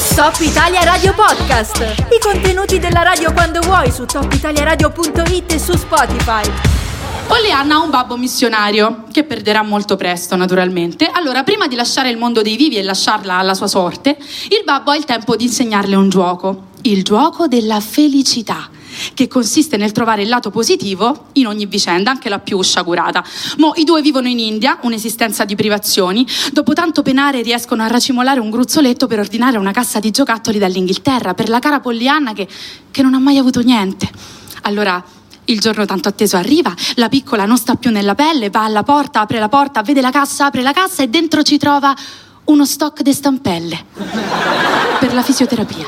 Top Italia Radio Podcast. I contenuti della radio quando vuoi su topitaliaradio.it e su Spotify. Pollyanna ha un babbo missionario che perderà molto presto, naturalmente. Allora, prima di lasciare il mondo dei vivi e lasciarla alla sua sorte, il babbo ha il tempo di insegnarle un gioco, il gioco della felicità, che consiste nel trovare il lato positivo in ogni vicenda, anche la più sciagurata. Mo' i due vivono in India, un'esistenza di privazioni. Dopo tanto penare riescono a racimolare un gruzzoletto per ordinare una cassa di giocattoli dall'Inghilterra per la cara Pollyanna che non ha mai avuto niente. Allora, il giorno tanto atteso arriva, la piccola non sta più nella pelle, va alla porta, apre la porta, vede la cassa, apre la cassa e dentro ci trova uno stock di stampelle per la fisioterapia.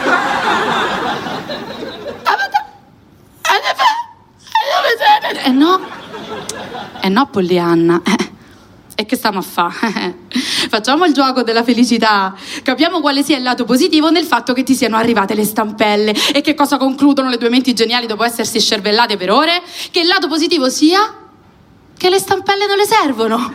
No, Pollyanna. E che stiamo a fare? Facciamo il gioco della felicità. Capiamo quale sia il lato positivo nel fatto che ti siano arrivate le stampelle. E che cosa concludono le due menti geniali dopo essersi scervellate per ore? Che il lato positivo sia che le stampelle non le servono.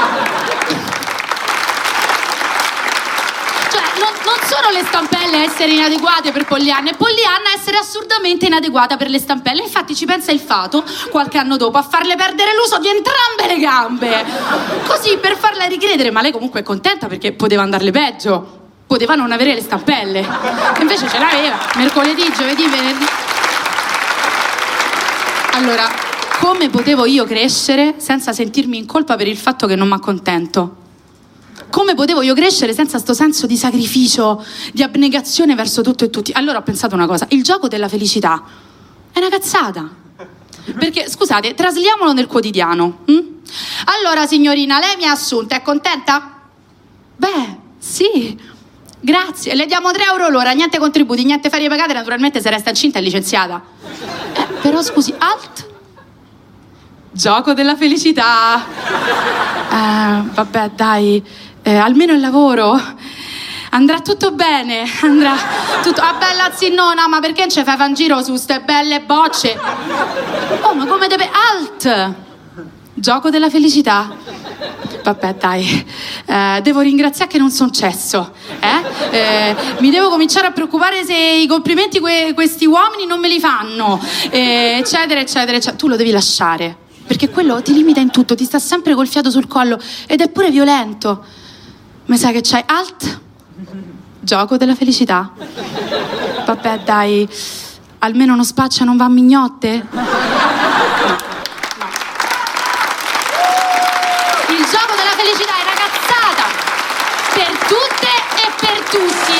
Non sono le stampelle a essere inadeguate per Pollyanna, e Pollyanna a essere assurdamente inadeguata per le stampelle. Infatti ci pensa il fato, qualche anno dopo, a farle perdere l'uso di entrambe le gambe, così per farla ricredere. Ma lei comunque è contenta perché poteva andarle peggio, poteva non avere le stampelle, invece ce l'aveva, mercoledì, giovedì, venerdì. Allora, come potevo io crescere senza sentirmi in colpa per il fatto che non mi accontento? Come potevo io crescere senza sto senso di sacrificio, di abnegazione verso tutto e tutti? Allora ho pensato una cosa, il gioco della felicità è una cazzata. Perché, scusate, trasliamolo nel quotidiano. Allora, signorina, lei mi ha assunta, è contenta? Beh, sì, grazie. Le diamo 3 euro l'ora, niente contributi, niente ferie pagate, naturalmente se resta incinta è licenziata. Però scusi, alt? Gioco della felicità. Vabbè, dai. Almeno il lavoro andrà tutto bene, andrà tutto. Ah, bella zinnona, ma perché non ci fai un giro su ste belle bocce? Oh, ma come deve. Alt! Gioco della felicità. Vabbè, dai, devo ringraziare che non sono cesso, mi devo cominciare a preoccupare se i complimenti questi uomini non me li fanno, eccetera, eccetera, eccetera. Tu lo devi lasciare, perché quello ti limita in tutto, ti sta sempre col fiato sul collo ed è pure violento. Ma sai che c'hai? Alt? Gioco della felicità. Vabbè, dai, almeno uno spaccia non va a mignotte? No. Il gioco della felicità è una cazzata per tutte e per tutti.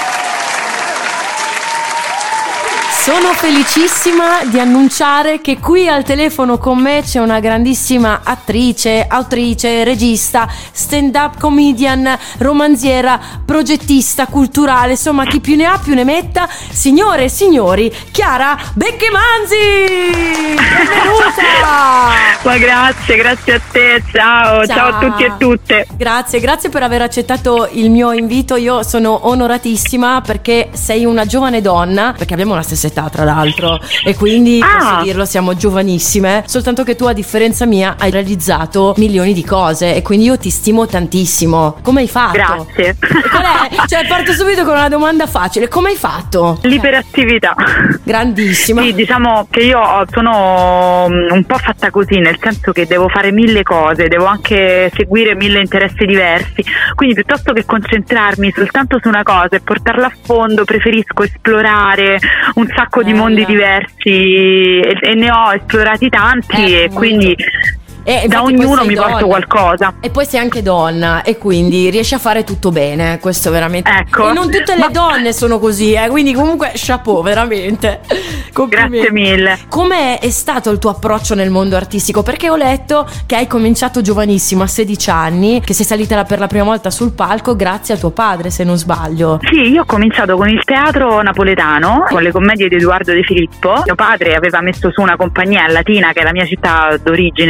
Sono felicissima di annunciare che qui al telefono con me c'è una grandissima attrice, autrice, regista, stand-up comedian, romanziera, progettista culturale, insomma chi più ne ha più ne metta. Signore e signori, Chiara Becchemanzi! Benvenuta! Ma grazie a te, ciao a tutti e tutte. Grazie per aver accettato il mio invito. Io sono onoratissima perché sei una giovane donna, perché abbiamo la stessa età tra l'altro e quindi posso dirlo, siamo giovanissime, soltanto che tu a differenza mia hai realizzato milioni di cose e quindi io ti stimo tantissimo. Come hai fatto? Grazie. Qual è? Cioè parto subito con una domanda facile, come hai fatto? L'iperattività. Grandissima. Sì, diciamo che io sono un po' fatta così, nel senso che devo fare 1000 cose, devo anche seguire 1000 interessi diversi, quindi piuttosto che concentrarmi soltanto su una cosa e portarla a fondo preferisco esplorare un sacco di mondi diversi e ne ho esplorati tanti e quindi da ognuno mi porto qualcosa. E poi sei anche donna e quindi riesci a fare tutto bene, questo veramente. Ecco. E non tutte le donne sono così, quindi comunque chapeau, veramente. Grazie mille. Come è stato il tuo approccio nel mondo artistico? Perché ho letto che hai cominciato giovanissimo, a 16 anni, che sei salita per la prima volta sul palco grazie a tuo padre, se non sbaglio. Sì, io ho cominciato con il teatro napoletano, con le commedie di Edoardo De Filippo. Mio padre aveva messo su una compagnia a Latina, che è la mia città d'origine, in cui io sono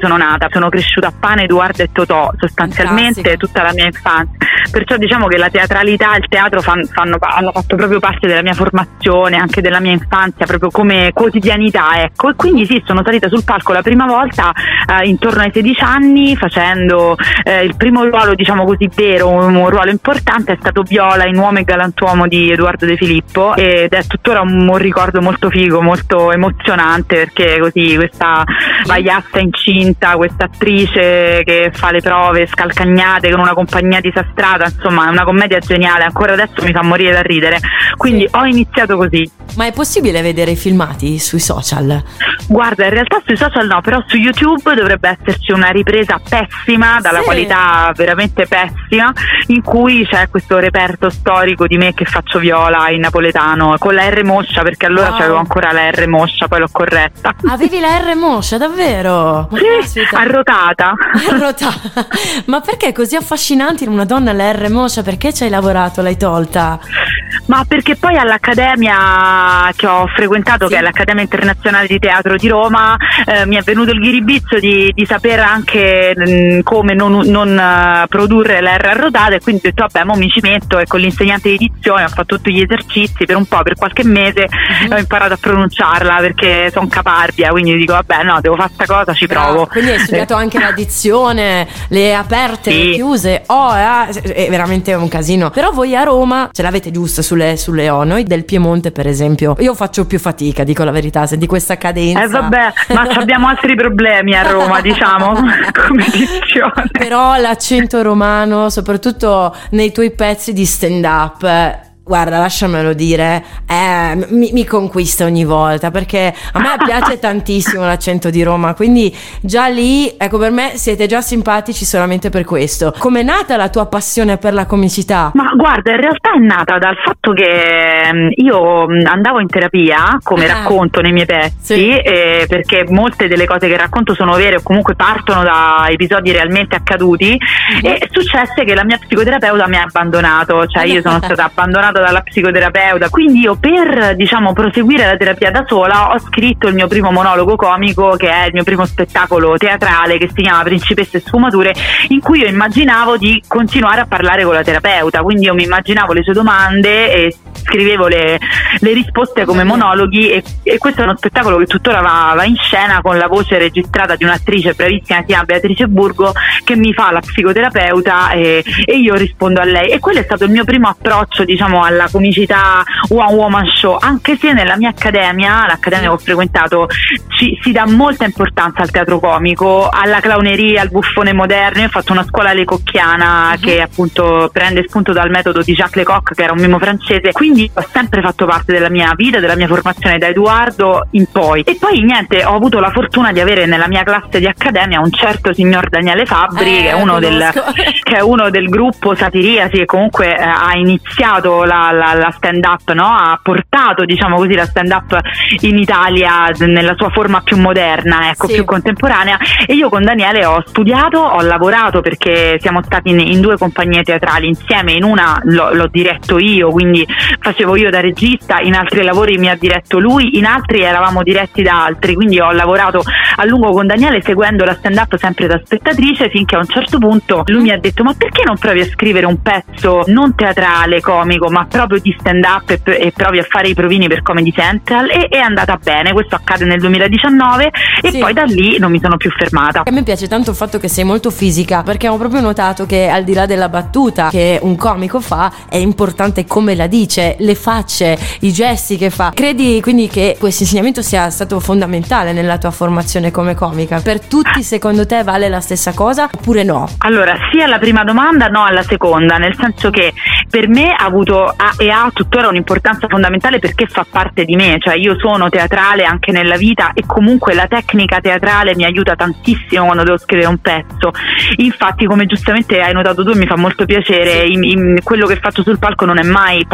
sono nata, sono cresciuta a Pane, Edoardo e Totò sostanzialmente tutta la mia infanzia, perciò diciamo che la teatralità e il teatro hanno fatto proprio parte della mia formazione, anche della mia infanzia, proprio come quotidianità, ecco. E quindi sì, sono salita sul palco la prima volta intorno ai 16 anni, facendo il primo ruolo, diciamo così, vero, un ruolo importante è stato Viola in Uomo e Galantuomo di Edoardo De Filippo, ed è tuttora un ricordo molto figo, molto emozionante, perché così questa vaiazza incinta, questa attrice che fa le prove scalcagnate con una compagnia disastrata, insomma è una commedia geniale, ancora adesso mi fa morire da ridere, quindi ho iniziato così. Ma è possibile vedere i filmati sui social? Guarda, in realtà sui social no, però su YouTube dovrebbe esserci una ripresa pessima, dalla qualità veramente pessima, in cui c'è questo reperto storico di me che faccio Viola in napoletano con la R moscia, perché allora c'avevo ancora la R moscia, poi l'ho corretta. Avevi la R moscia, davvero? Sì, arrotata. Ma perché è così affascinante in una donna la R moscia? Perché ci hai lavorato, l'hai tolta? Ma perché poi all'accademia che ho frequentato, che è l'Accademia Internazionale di Teatro di Roma, mi è venuto il ghiribizzo di sapere anche come non produrre la R arrotata, e quindi ho detto vabbè, mo mi ci metto, e con l'insegnante di dizione ho fatto tutti gli esercizi per un po', per qualche mese ho imparato a pronunciarla, perché sono caparbia, quindi dico vabbè, no, devo fare sta cosa, ci provo. Quindi hai studiato anche la dizione, le aperte, le chiuse, è veramente un casino. Però voi a Roma ce l'avete giusta sulle O. Noi del Piemonte, per esempio, io faccio più fatica, dico la verità, se di questa cadenza. Vabbè, ma abbiamo altri problemi a Roma, diciamo, come dizione. Però l'accento romano, soprattutto nei tuoi pezzi di stand-up, guarda, lasciamelo dire, mi conquista ogni volta, perché a me piace tantissimo l'accento di Roma, quindi già lì, ecco, per me siete già simpatici solamente per questo. Com'è nata la tua passione per la comicità? Ma guarda, in realtà è nata dal fatto che io andavo in terapia, come racconto nei miei pezzi, perché molte delle cose che racconto sono vere o comunque partono da episodi realmente accaduti, e successe che la mia psicoterapeuta mi ha abbandonato, cioè io sono stata abbandonata dalla psicoterapeuta, quindi io per, diciamo, proseguire la terapia da sola ho scritto il mio primo monologo comico, che è il mio primo spettacolo teatrale, che si chiama Principesse e Sfumature, in cui io immaginavo di continuare a parlare con la terapeuta, quindi io mi immaginavo le sue domande e scrivevo le risposte come monologhi, e questo è uno spettacolo che tuttora va in scena con la voce registrata di un'attrice bravissima, si chiama Beatrice Burgo, che mi fa la psicoterapeuta e io rispondo a lei, e quello è stato il mio primo approccio, diciamo, alla comicità one woman show, anche se nella mia accademia, l'accademia che ho frequentato, si dà molta importanza al teatro comico, alla clowneria, al buffone moderno. Io ho fatto una scuola lecocchiana che appunto prende spunto dal metodo di Jacques Lecoq, che era un mimo francese, quindi ho sempre fatto parte della mia vita, della mia formazione da Edoardo in poi. E poi niente, ho avuto la fortuna di avere nella mia classe di accademia un certo signor Daniele Fabbri, che è uno del gruppo Satiriasi, che comunque ha iniziato la stand up, no? Ha portato, diciamo così, la stand up in Italia nella sua forma più moderna, ecco, più contemporanea. E io con Daniele ho studiato, ho lavorato, perché siamo stati in due compagnie teatrali insieme, in una l'ho diretto io, quindi facevo io da regista, in altri lavori mi ha diretto lui, in altri eravamo diretti da altri, quindi ho lavorato a lungo con Daniele seguendo la stand up sempre da spettatrice, finché a un certo punto lui mi ha detto: ma perché non provi a scrivere un pezzo non teatrale, comico, ma proprio di stand up, e provi a fare i provini per Comedy Central? E è andata bene, questo accade nel 2019 e poi da lì non mi sono più fermata. A me piace tanto il fatto che sei molto fisica, perché ho proprio notato che al di là della battuta che un comico fa, è importante come la dice, le facce, i gesti che fa. Credi quindi che questo insegnamento sia stato fondamentale nella tua formazione come comica? Per tutti secondo te vale la stessa cosa oppure no? Allora, sì alla prima domanda, no alla seconda, nel senso che per me ha avuto e ha tuttora un'importanza fondamentale, perché fa parte di me, cioè io sono teatrale anche nella vita, e comunque la tecnica teatrale mi aiuta tantissimo quando devo scrivere un pezzo. Infatti, come giustamente hai notato tu, mi fa molto piacere, quello che faccio sul palco non è mai parola e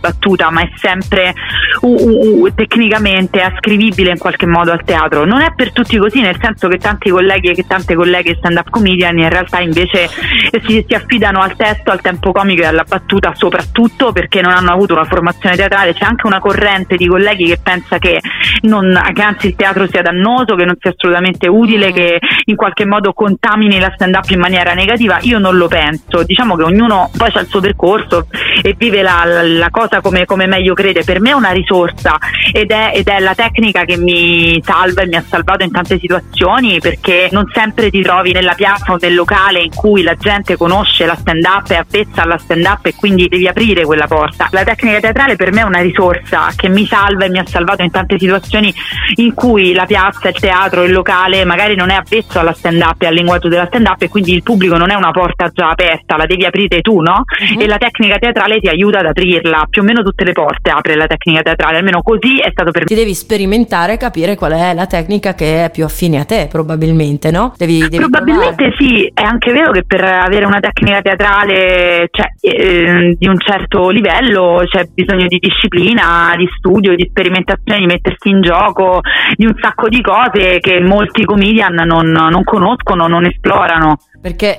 battuta, ma è sempre tecnicamente ascrivibile in qualche modo al teatro. Non è per tutti così, nel senso che tanti colleghi e tante colleghe stand-up comedian in realtà invece si affidano al testo, al tempo comico e alla battuta, soprattutto perché non hanno avuto una formazione teatrale. C'è anche una corrente di colleghi che pensa che anzi il teatro sia dannoso, che non sia assolutamente utile, che in qualche modo contamini la stand-up in maniera negativa. Io non lo penso, diciamo che ognuno poi ha il suo percorso e vive la cosa come meglio crede. Per me è una risorsa ed è la tecnica che mi salva e mi ha salvato in tante situazioni, perché non sempre ti trovi nella piazza o nel locale in cui la gente conosce la stand-up, è avvezza alla stand-up, e quindi devi aprire quella porta. La tecnica teatrale per me è una risorsa che mi salva e mi ha salvato in tante situazioni in cui la piazza, il teatro, il locale magari non è avvezzo alla stand-up e al linguaggio della stand-up, e quindi il pubblico non è una porta già aperta, la devi aprire tu, no? E la tecnica teatrale ti aiuta ad aprirla. Più o meno tutte le porte apre la tecnica teatrale, almeno così è stato per me. Ti devi sperimentare e capire qual è la tecnica che è più affine a te, probabilmente, no? Devi probabilmente provare. Sì, è anche vero che per avere una tecnica teatrale di un certo livello c'è bisogno di disciplina, di studio, di sperimentazione, di mettersi in gioco, di un sacco di cose che molti comedian non conoscono, non esplorano. Perché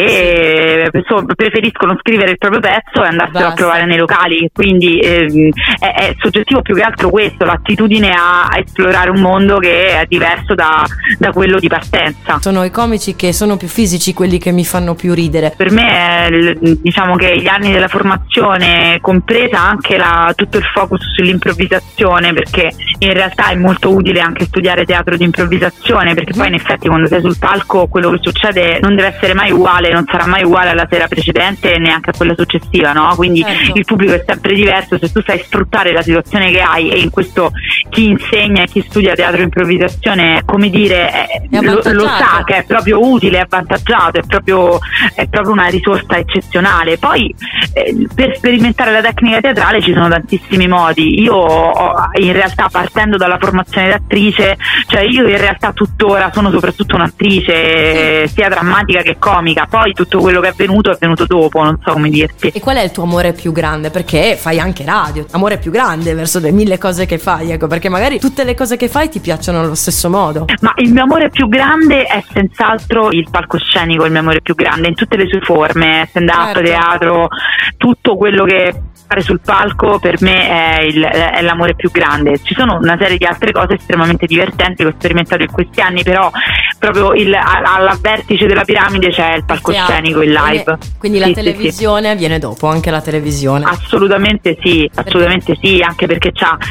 preferiscono scrivere il proprio pezzo e andarselo a provare nei locali, quindi è soggettivo più che altro questo, l'attitudine a esplorare un mondo che è diverso da quello di partenza. Sono i comici che sono più fisici quelli che mi fanno più ridere. Per me diciamo che gli anni della formazione, compresa anche tutto il focus sull'improvvisazione, perché in realtà è molto utile anche studiare teatro di improvvisazione, perché poi in effetti quando sei sul palco quello che succede non deve essere mai uguale, non sarà mai uguale alla sera precedente e neanche a quella successiva, no? Quindi certo, il pubblico è sempre diverso. Se tu sai sfruttare la situazione che hai, e in questo chi insegna e chi studia teatro improvvisazione, come dire, lo sa che è proprio utile, è avvantaggiato, è proprio una risorsa eccezionale. Poi per sperimentare la tecnica teatrale ci sono tantissimi modi. Io in realtà, partendo dalla formazione d'attrice, cioè io in realtà tuttora sono soprattutto un'attrice sia drammatica che comica, poi tutto quello che è venuto dopo, non so come dirti. E qual è il tuo amore più grande? Perché fai anche radio, amore più grande verso le 1000 cose che fai, ecco, perché magari tutte le cose che fai ti piacciono allo stesso modo. Ma il mio amore più grande è senz'altro il palcoscenico, il mio amore più grande in tutte le sue forme, stand-up, certo, teatro, tutto quello che fare sul palco per me è l'amore più grande. Ci sono una serie di altre cose estremamente divertenti che ho sperimentato in questi anni, però proprio alla vertice della piramide c'è il palcoscenico, il live. Quindi la televisione viene dopo, anche la televisione? Assolutamente sì, anche perché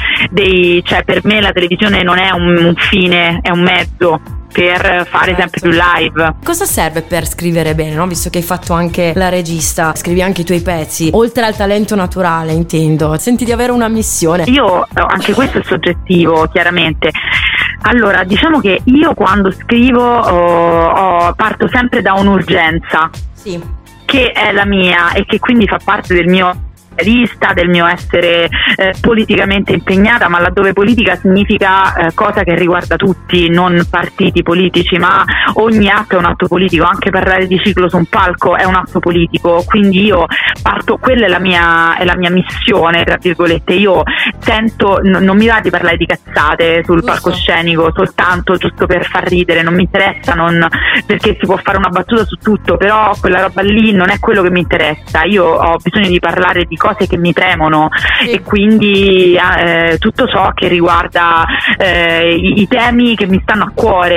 per me la televisione non è un fine, è un mezzo per fare sempre più live. Cosa serve per scrivere bene, no? Visto che hai fatto anche la regista, scrivi anche i tuoi pezzi, oltre al talento naturale, intendo, senti di avere una missione? Io, anche questo è soggettivo, chiaramente. Allora, diciamo che io quando scrivo parto sempre da un'urgenza, sì, che è la mia e che quindi fa parte del mio del mio essere politicamente impegnata, ma laddove politica significa cosa che riguarda tutti, non partiti politici, ma ogni atto è un atto politico. Anche parlare di ciclo su un palco è un atto politico, quindi io parto, quella è la mia missione, tra virgolette. Io sento, non mi va di parlare di cazzate sul palcoscenico soltanto giusto per far ridere, non mi interessa, perché si può fare una battuta su tutto, però quella roba lì non è quello che mi interessa. Io ho bisogno di parlare di cose che mi premono, sì, e quindi tutto ciò che riguarda i temi che mi stanno a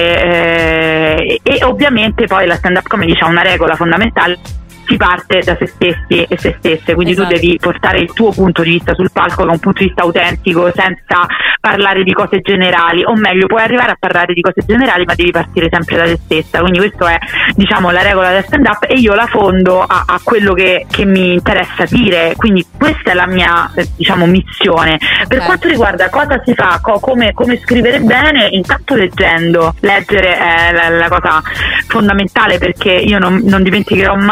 cuore, e ovviamente poi la stand-up comedy c'ha una regola fondamentale: si parte da se stessi e se stesse, quindi esatto, tu devi portare il tuo punto di vista sul palco, che è un punto di vista autentico, senza parlare di cose generali, o meglio, puoi arrivare a parlare di cose generali ma devi partire sempre da te stessa. Quindi questa è, diciamo, la regola del stand up, e io la fondo a quello che mi interessa dire, quindi questa è la mia diciamo missione. Okay. Per quanto riguarda cosa si fa, come scrivere bene, intanto leggere è la cosa fondamentale, perché io non dimenticherò mai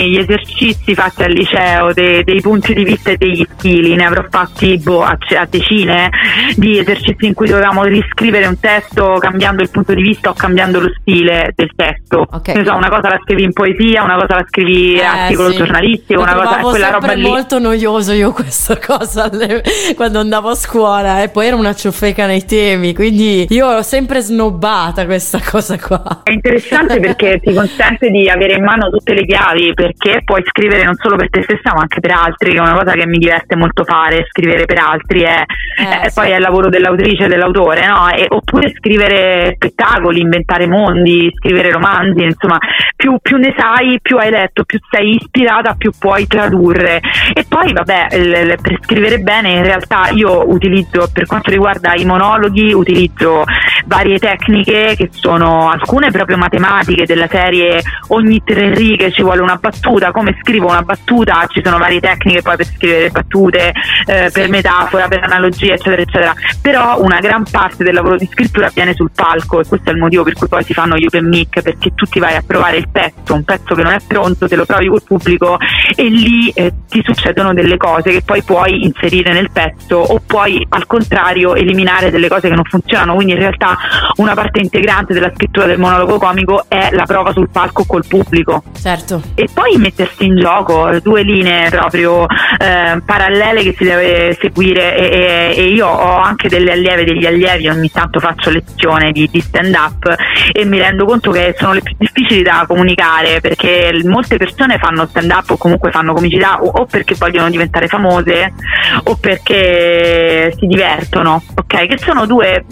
gli esercizi fatti al liceo dei punti di vista e degli stili, ne avrò fatti a decine di esercizi in cui dovevamo riscrivere un testo cambiando il punto di vista o cambiando lo stile del testo. Okay. Ne so, una cosa la scrivi in poesia, una cosa la scrivi articolo giornalistico, una cosa, quella roba lì. Molto noioso io questa cosa quando andavo a scuola, e poi era una ciofeca nei temi, quindi io ho sempre snobbata questa cosa qua. È interessante perché ti consente di avere in mano tutte le chiavi, perché puoi scrivere non solo per te stessa ma anche per altri, che è una cosa che mi diverte molto fare. Scrivere per altri poi è il lavoro dell'autrice e dell'autore, no? Oppure scrivere spettacoli, inventare mondi, scrivere romanzi, insomma più ne sai, più hai letto, più sei ispirata, più puoi tradurre. E poi vabbè, per scrivere bene in realtà io utilizzo, per quanto riguarda i monologhi, utilizzo varie tecniche che sono alcune proprio matematiche, della serie ogni 3 righe ci vuole una battuta, come scrivo una battuta ci sono varie tecniche poi per scrivere battute, per metafora, per analogia, eccetera eccetera. Però una gran parte del lavoro di scrittura avviene sul palco, e questo è il motivo per cui poi si fanno gli open mic, perché tu ti vai a provare il pezzo, un pezzo che non è pronto, te lo provi col pubblico e lì ti succedono delle cose che poi puoi inserire nel pezzo, o puoi al contrario eliminare delle cose che non funzionano. Quindi in realtà una parte integrante della scrittura del monologo comico è la prova sul palco col pubblico. Certo. E poi mettersi in gioco, 2 linee proprio parallele che si deve seguire, e io ho anche degli allievi, ogni tanto faccio lezione di stand up e mi rendo conto che sono le più difficili da comunicare, perché molte persone fanno stand up o comunque fanno comicità o perché vogliono diventare famose o perché si divertono, ok? Che sono due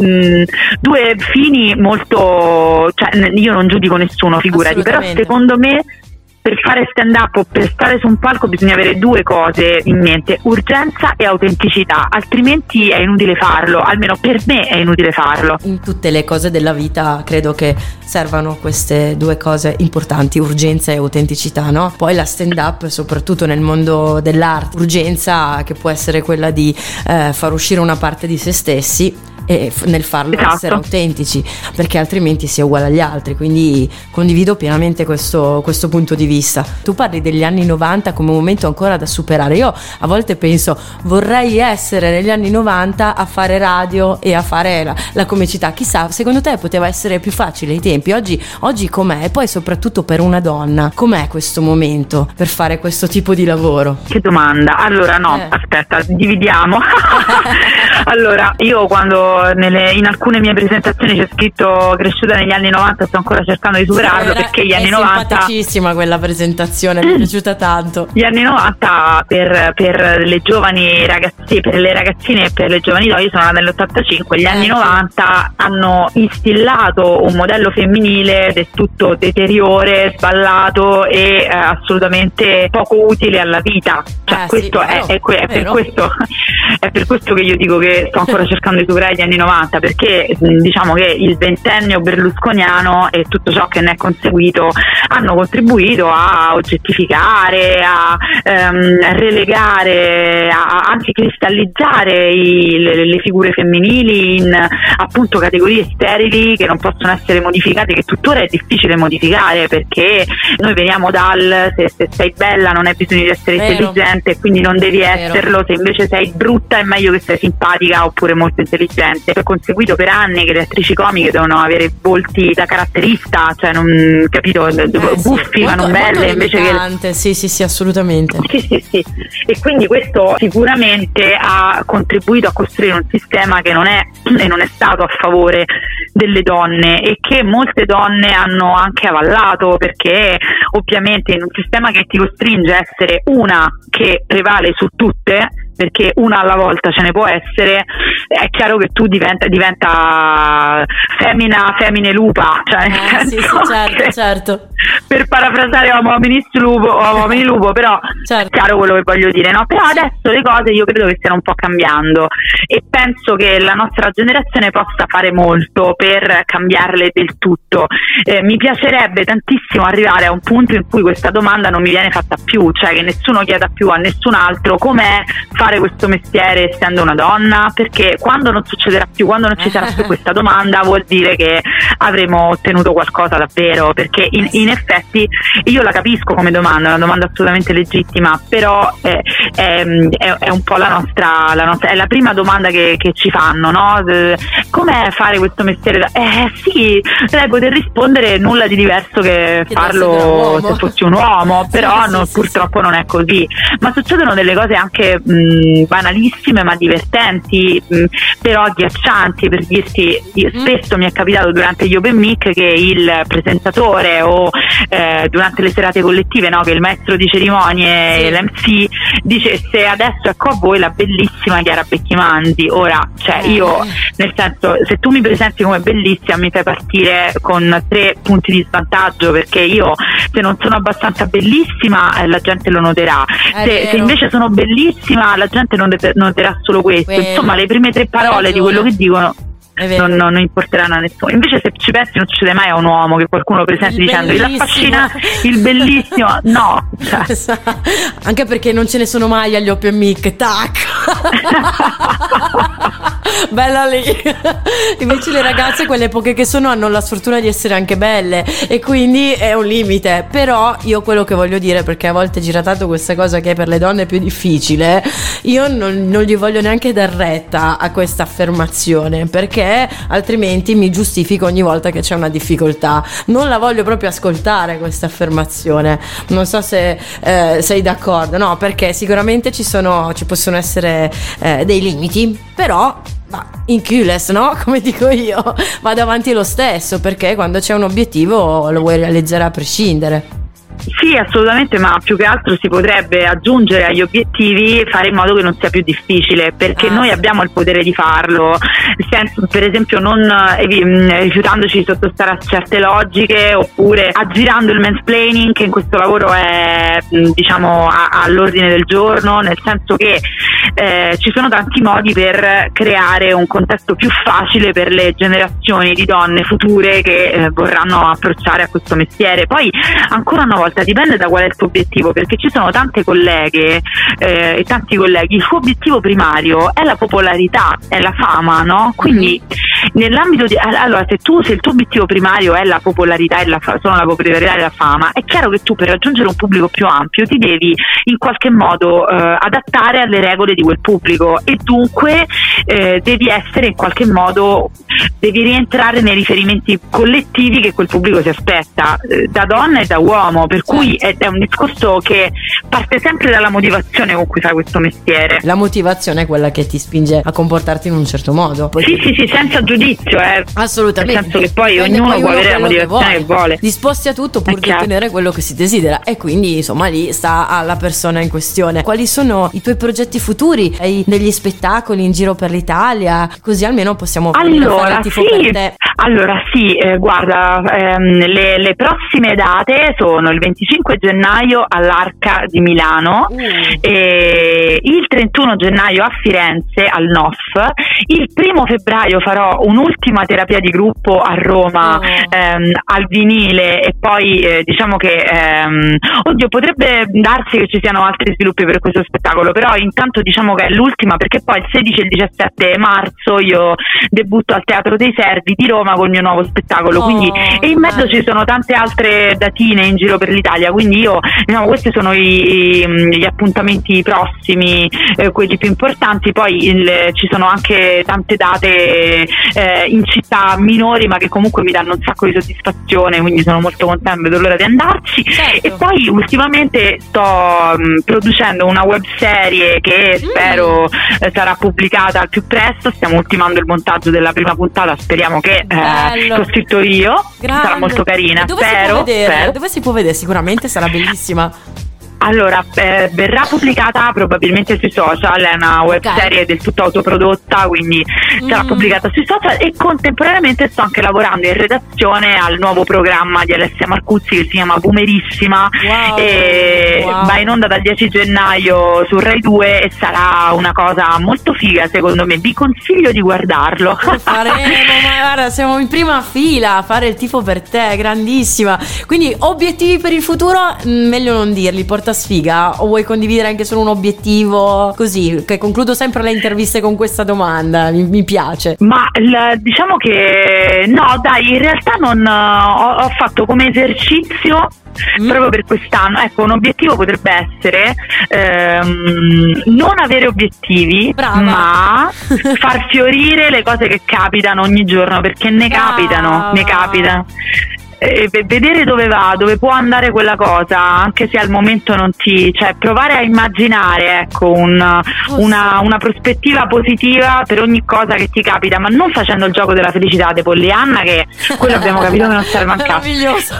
fini molto, cioè io non giudico nessuno, figurati, però secondo me per fare stand up o per stare su un palco bisogna avere 2 cose in mente: urgenza e autenticità, altrimenti è inutile farlo, almeno per me è inutile farlo. In tutte le cose della vita credo che servano queste 2 cose importanti, urgenza e autenticità, no? Poi la stand up, soprattutto nel mondo dell'arte, urgenza che può essere quella di far uscire una parte di se stessi, e nel farlo essere autentici, perché altrimenti si è uguale agli altri. Quindi condivido pienamente questo punto di vista. Tu parli degli anni 90 come un momento ancora da superare. Io a volte penso, vorrei essere negli anni 90 a fare radio e a fare la comicità. Chissà, secondo te poteva essere più facile ai tempi? Oggi com'è? E poi soprattutto per una donna, com'è questo momento per fare questo tipo di lavoro? Che domanda. Allora aspetta, dividiamo. Allora, io quando in alcune mie presentazioni c'è scritto cresciuta negli anni 90, sto ancora cercando di superarlo, perché gli anni 90 è simpaticissima quella presentazione, mi è piaciuta tanto. Gli anni 90 per le giovani ragazze, per le ragazzine e per le giovani donne, io sono nata nell'85, gli anni 90 hanno instillato un modello femminile del tutto deteriore, sballato e assolutamente poco utile alla vita. Cioè, questo è per questo che io dico che sto ancora cercando di superare gli anni 90, perché diciamo che il ventennio berlusconiano e tutto ciò che ne è conseguito hanno contribuito a oggettificare, a relegare, a anche cristallizzare le figure femminili in appunto categorie sterili che non possono essere modificate, che tuttora è difficile modificare, perché noi veniamo se sei bella non hai bisogno di essere intelligente, quindi non devi esserlo, se invece sei brutta è meglio che sei simpatica oppure molto intelligente. Ho conseguito per anni che le attrici comiche devono avere volti da caratterista, cioè non capito, buffi ma non belle, invece che sì, assolutamente. Sì. E quindi questo sicuramente ha contribuito a costruire un sistema che non è e non è stato a favore delle donne, e che molte donne hanno anche avallato, perché ovviamente in un sistema che ti costringe a essere una che prevale su tutte, perché una alla volta ce ne può essere, è chiaro che tu diventa femine lupa, cioè certo. Per parafrasare uomini lupo, però è chiaro quello che voglio dire, no? Però adesso le cose io credo che stiano un po' cambiando, e penso che la nostra generazione possa fare molto per cambiarle del tutto. Mi piacerebbe tantissimo arrivare a un punto in cui questa domanda non mi viene fatta più, cioè che nessuno chieda più a nessun altro com'è fare fare questo mestiere essendo una donna? Perché quando non succederà più, quando non ci sarà più questa domanda, vuol dire che avremo ottenuto qualcosa davvero, perché in effetti io la capisco come domanda, è una domanda assolutamente legittima, però è un po' la nostra, è la prima domanda che ci fanno, no? Com'è fare questo mestiere? Sì, lei poter rispondere nulla di diverso che farlo se fossi un uomo, però purtroppo non è così. Ma succedono delle cose anche banalissime ma divertenti, però agghiaccianti. Per dirti, spesso mi è capitato durante gli open mic che il presentatore o durante le serate collettive, no, che il maestro di cerimonie, l'MC, dicesse: adesso ecco a voi la bellissima Chiara Becchimanzi. Ora, cioè io, nel senso, se tu mi presenti come bellissima mi fai partire con 3 punti di svantaggio, perché io, se non sono abbastanza bellissima, la gente lo noterà, se invece sono bellissima la gente non noterà solo questo. Insomma, le prime 3 parole di quello che dicono non importeranno a nessuno. Invece, se ci pensi, non succede mai a un uomo che qualcuno presenti dicendo: il affascinante, il bellissimo. No, cioè. Anche perché non ce ne sono mai agli open mic. Tac. Bella lì. Invece le ragazze, quelle poche che sono, hanno la sfortuna di essere anche belle, e quindi è un limite. Però io quello che voglio dire, perché a volte gira tanto questa cosa che per le donne è più difficile, io non gli voglio neanche dar retta a questa affermazione, perché altrimenti mi giustifico ogni volta che c'è una difficoltà. Non la voglio proprio ascoltare questa affermazione. Non so se sei d'accordo. No, perché sicuramente ci possono essere dei limiti, però in cules, no? Come dico io, vado avanti lo stesso, perché quando c'è un obiettivo lo vuoi realizzare a prescindere. Sì, assolutamente, ma più che altro si potrebbe aggiungere agli obiettivi, fare in modo che non sia più difficile, perché noi abbiamo il potere di farlo, per esempio non rifiutandoci di sottostare a certe logiche, oppure aggirando il mansplaining, che in questo lavoro è, diciamo, all'ordine del giorno, nel senso che ci sono tanti modi per creare un contesto più facile per le generazioni di donne future che vorranno approcciare a questo mestiere. Poi, ancora una volta, dipende da qual è il tuo obiettivo, perché ci sono tante colleghe e tanti colleghi, il suo obiettivo primario è la popolarità, è la fama, no? Quindi nell'ambito di, allora, se il tuo obiettivo primario è la popolarità e sono la popolarità e la fama, è chiaro che tu, per raggiungere un pubblico più ampio, ti devi in qualche modo adattare alle regole di quel pubblico, e dunque devi essere in qualche modo, devi rientrare nei riferimenti collettivi che quel pubblico si aspetta, da donna e da uomo, per cui è un discorso che parte sempre dalla motivazione con cui fai questo mestiere. La motivazione è quella che ti spinge a comportarti in un certo modo. Sì, senza giudizio, assolutamente. Nel senso che poi ognuno può avere la motivazione che vuole. Disposti a tutto pur di ottenere quello che si desidera, e quindi insomma lì sta alla persona in questione. Quali sono i tuoi progetti futuri? Hai degli spettacoli in giro per l'Italia? Così almeno possiamo fare il tifo per te. Allora sì, guarda, le prossime date sono il 25 gennaio all'Arca di Milano, il 31 gennaio a Firenze al NOF, il 1 febbraio farò un'ultima terapia di gruppo a Roma al Vinile, e poi diciamo che potrebbe darsi che ci siano altri sviluppi per questo spettacolo, però intanto diciamo che è l'ultima, perché poi il 16 e il 17 marzo io debutto al Teatro dei Servi di Roma col mio nuovo spettacolo, quindi, e in mezzo ci sono tante altre datine in giro per l'Italia, quindi io, diciamo, questi sono gli appuntamenti prossimi, quelli più importanti. Poi ci sono anche tante date in città minori, ma che comunque mi danno un sacco di soddisfazione, quindi sono molto contenta, vedo l'ora di andarci. E poi ultimamente sto producendo una web serie che spero sarà pubblicata al più presto. Stiamo ultimando il montaggio della prima puntata, speriamo che ho scritto io. Grande. Sarà molto carina. Spero. Dove si può vedere? Sicuramente sarà bellissima. Allora, verrà pubblicata probabilmente sui social, è una web serie del tutto autoprodotta, quindi sarà pubblicata sui social, e contemporaneamente sto anche lavorando in redazione al nuovo programma di Alessia Marcuzzi che si chiama Boomerissima, e va in onda dal 10 gennaio su Rai 2 e sarà una cosa molto figa, secondo me. Vi consiglio di guardarlo. Lo faremo, guarda, siamo in prima fila a fare il tifo per te, grandissima. Quindi obiettivi per il futuro, meglio non dirli, porta sfiga. O vuoi condividere anche solo un obiettivo così? Che concludo sempre le interviste con questa domanda, mi piace. Ma diciamo che no, dai, in realtà non ho fatto come esercizio proprio per quest'anno. Ecco, un obiettivo potrebbe essere non avere obiettivi, brava, ma far fiorire le cose che capitano ogni giorno, perché ne capitano. Vedere dove va, dove può andare quella cosa, anche se al momento non cioè provare a immaginare, ecco, una prospettiva positiva per ogni cosa che ti capita, ma non facendo il gioco della felicità di Pollyanna, che quello abbiamo capito che non serve a cazzo. Meraviglioso.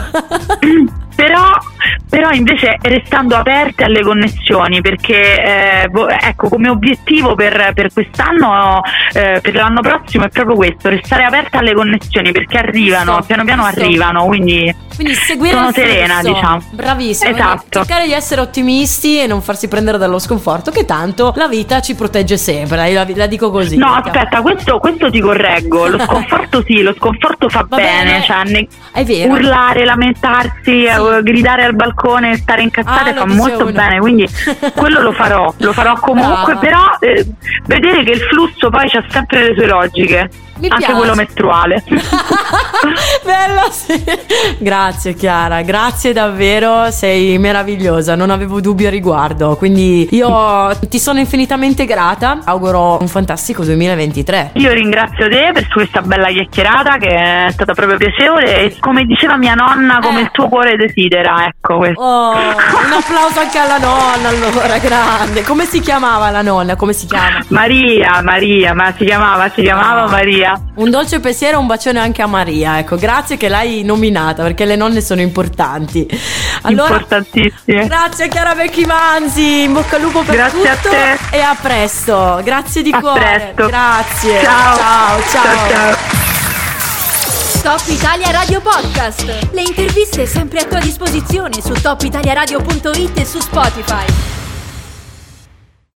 Però invece restando aperte alle connessioni, perché ecco, come obiettivo per quest'anno, per l'anno prossimo è proprio questo, restare aperta alle connessioni, perché arrivano, piano piano arrivano, quindi seguire sono il flusso. serena, diciamo. Bravissima. Esatto. Cercare di essere ottimisti e non farsi prendere dallo sconforto, che tanto la vita ci protegge sempre, la dico così. No, aspetta, questo ti correggo. Lo sconforto sì, lo sconforto fa bene, cioè è vero. Urlare, lamentarsi, gridare al balcone, stare incazzate fa molto bene, quindi quello lo farò comunque. Brava. Però vedere che il flusso poi c'ha sempre le sue logiche. Mi anche piace. Quello mestruale. Bello, sì. Grazie Chiara, grazie davvero, sei meravigliosa, non avevo dubbi a riguardo, quindi io ti sono infinitamente grata, auguro un fantastico 2023. Io ringrazio te per questa bella chiacchierata, che è stata proprio piacevole, e come diceva mia nonna, come il tuo cuore desidera, ecco questo. Oh, un applauso anche alla nonna, allora, grande. Come si chiamava la nonna? Come si chiama? Maria, ma si chiamava Maria. Un dolce pensiero, un bacione anche a Maria, ecco, grazie che l'hai nominata, perché le nonne sono importanti. Allora, importantissime. Grazie Chiara Becchimanzi, in bocca al lupo per grazie tutto, a te. e a presto, grazie di a cuore. Presto. Grazie. Ciao. Top Italia Radio Podcast. Le interviste sempre a tua disposizione su topitaliaradio.it e su Spotify.